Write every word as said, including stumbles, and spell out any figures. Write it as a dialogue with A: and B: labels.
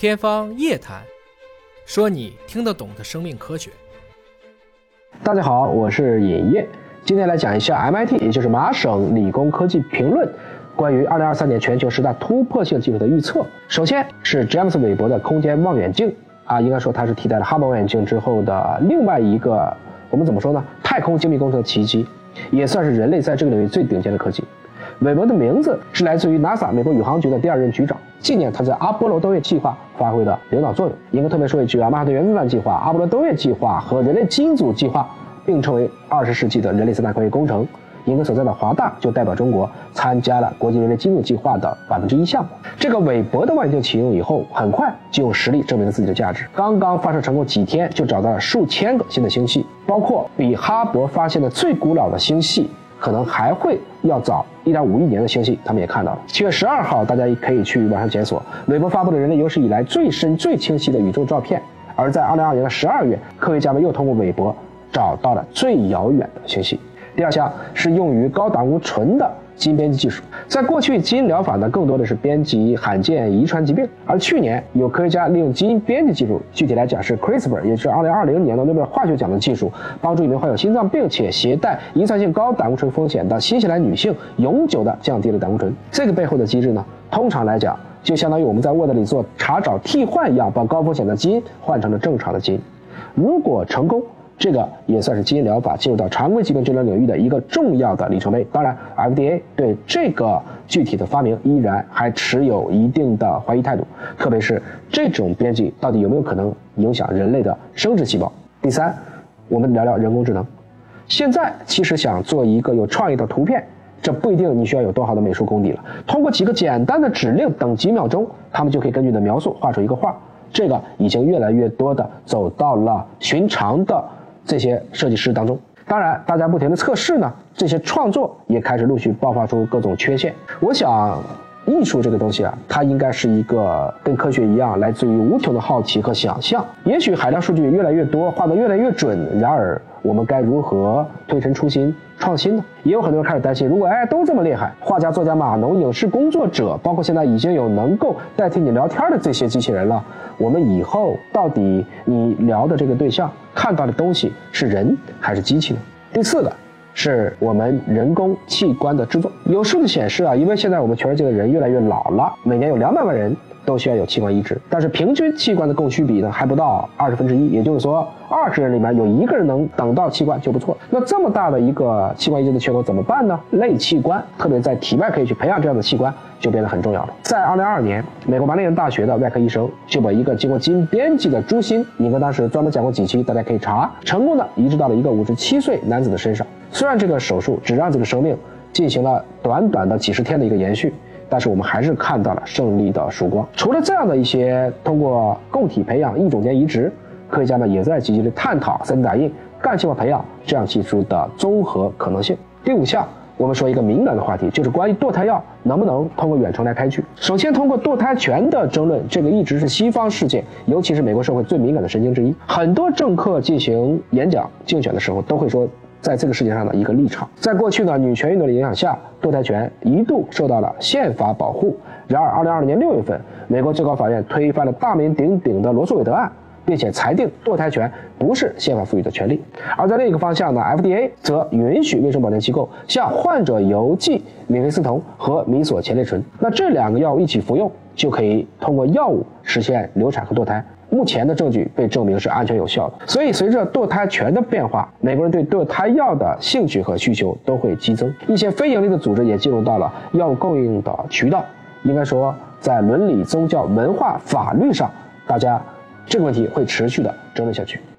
A: 天方夜谭，说你听得懂的生命科学。
B: 大家好，我是尹烨，今天来讲一下 M I T， 也就是麻省理工科技评论关于二零二三年全球十大突破性技术的预测。首先是詹姆斯韦伯的空间望远镜啊，应该说它是替代了哈勃望远镜之后的另外一个，我们怎么说呢？太空精密工程的奇迹，也算是人类在这个领域最顶尖的科技。韦伯的名字是来自于 NASA 美国宇航局的第二任局长，纪念他在阿波罗登月计划发挥的领导作用。应该特别说一句啊，曼哈顿原子弹计划、阿波罗登月计划和人类基因组计划并称为二十世纪的人类三大科学工程。英格所在的华大就代表中国参加了国际人类基因组计划的百分之一项目。这个韦伯的望远镜启用以后，很快就用实力证明了自己的价值。刚刚发射成功几天，就找到了数千个新的星系，包括比哈勃发现的最古老的星系可能还会要早 一点五亿年的星系，他们也看到了。七月十二号，大家可以去网上检索韦伯发布的人类有史以来最深最清晰的宇宙照片。而在二零二二年的十二月，科学家们又通过韦伯找到了最遥远的星系。第二项是用于高胆固醇的基因编辑技术。在过去，基因疗法呢更多的是编辑罕见遗传疾病，而去年有科学家利用基因编辑技术，具体来讲是 CRISPR， 也就是二零二零年的诺贝尔化学奖的技术，帮助一名患有心脏病且携带遗传性高胆固醇风险的新西兰女性永久的降低了胆固醇。这个背后的机制呢，通常来讲就相当于我们在 Word 里做查找替换一样，把高风险的基因换成了正常的基因。如果成功，这个也算是基因疗法进入到常规疾病治疗领域的一个重要的里程碑。当然 F D A 对这个具体的发明依然还持有一定的怀疑态度，特别是这种编辑到底有没有可能影响人类的生殖细胞。第三，我们聊聊人工智能。现在其实想做一个有创意的图片，这不一定你需要有多好的美术功底了，通过几个简单的指令，等几秒钟他们就可以根据你的描述画出一个画。这个已经越来越多的走到了寻常的这些设计师当中。当然大家不停的测试呢，这些创作也开始陆续爆发出各种缺陷。我想艺术这个东西啊，它应该是一个跟科学一样来自于无穷的好奇和想象。也许海量数据越来越多，画得越来越准，然而我们该如何推陈出新创新呢？也有很多人开始担心，如果哎都这么厉害，画家、作家、码农、影视工作者，包括现在已经有能够代替你聊天的这些机器人了，我们以后到底你聊的这个对象看到的东西是人还是机器呢？第四个是我们人工器官的制作。有数据显示啊，因为现在我们全世界的人越来越老了，每年有两百万人都需要有器官移植，但是平均器官的供需比呢还不到二十分之一，也就是说二十人里面有一个人能等到器官就不错。那这么大的一个器官移植的缺口怎么办呢？类器官，特别在体外可以去培养这样的器官就变得很重要了。在二零二二年，美国麻省大学的外科医生就把一个经过基因编辑的猪心，尹哥当时专门讲过几期，大家可以查，成功的移植到了一个五十七岁男子的身上。虽然这个手术只让这个生命进行了短短的几十天的一个延续，但是我们还是看到了胜利的曙光。除了这样的一些通过供体培养异种间移植，科学家们也在积极的探讨三 D 打印、干细胞培养这样技术的综合可能性。第五项，我们说一个敏感的话题，就是关于堕胎药能不能通过远程来开具。首先，通过堕胎权的争论，这个一直是西方世界，尤其是美国社会最敏感的神经之一。很多政客进行演讲竞选的时候都会说在这个世界上的一个立场。在过去呢，女权运动的影响下，堕胎权一度受到了宪法保护。然而二零二二年六月份，美国最高法院推翻了大名鼎鼎的罗诉韦德案，并且裁定堕胎权不是宪法赋予的权利。而在另一个方向呢， F D A 则允许卫生保健机构向患者邮寄米非司酮和米索前列醇，那这两个药物一起服用，就可以通过药物实现流产和堕胎。目前的证据被证明是安全有效的。所以随着堕胎权的变化，美国人对堕胎药的兴趣和需求都会激增。一些非营利的组织也进入到了药物供应的渠道。应该说在伦理、宗教、文化、法律上，大家这个问题会持续的争论下去。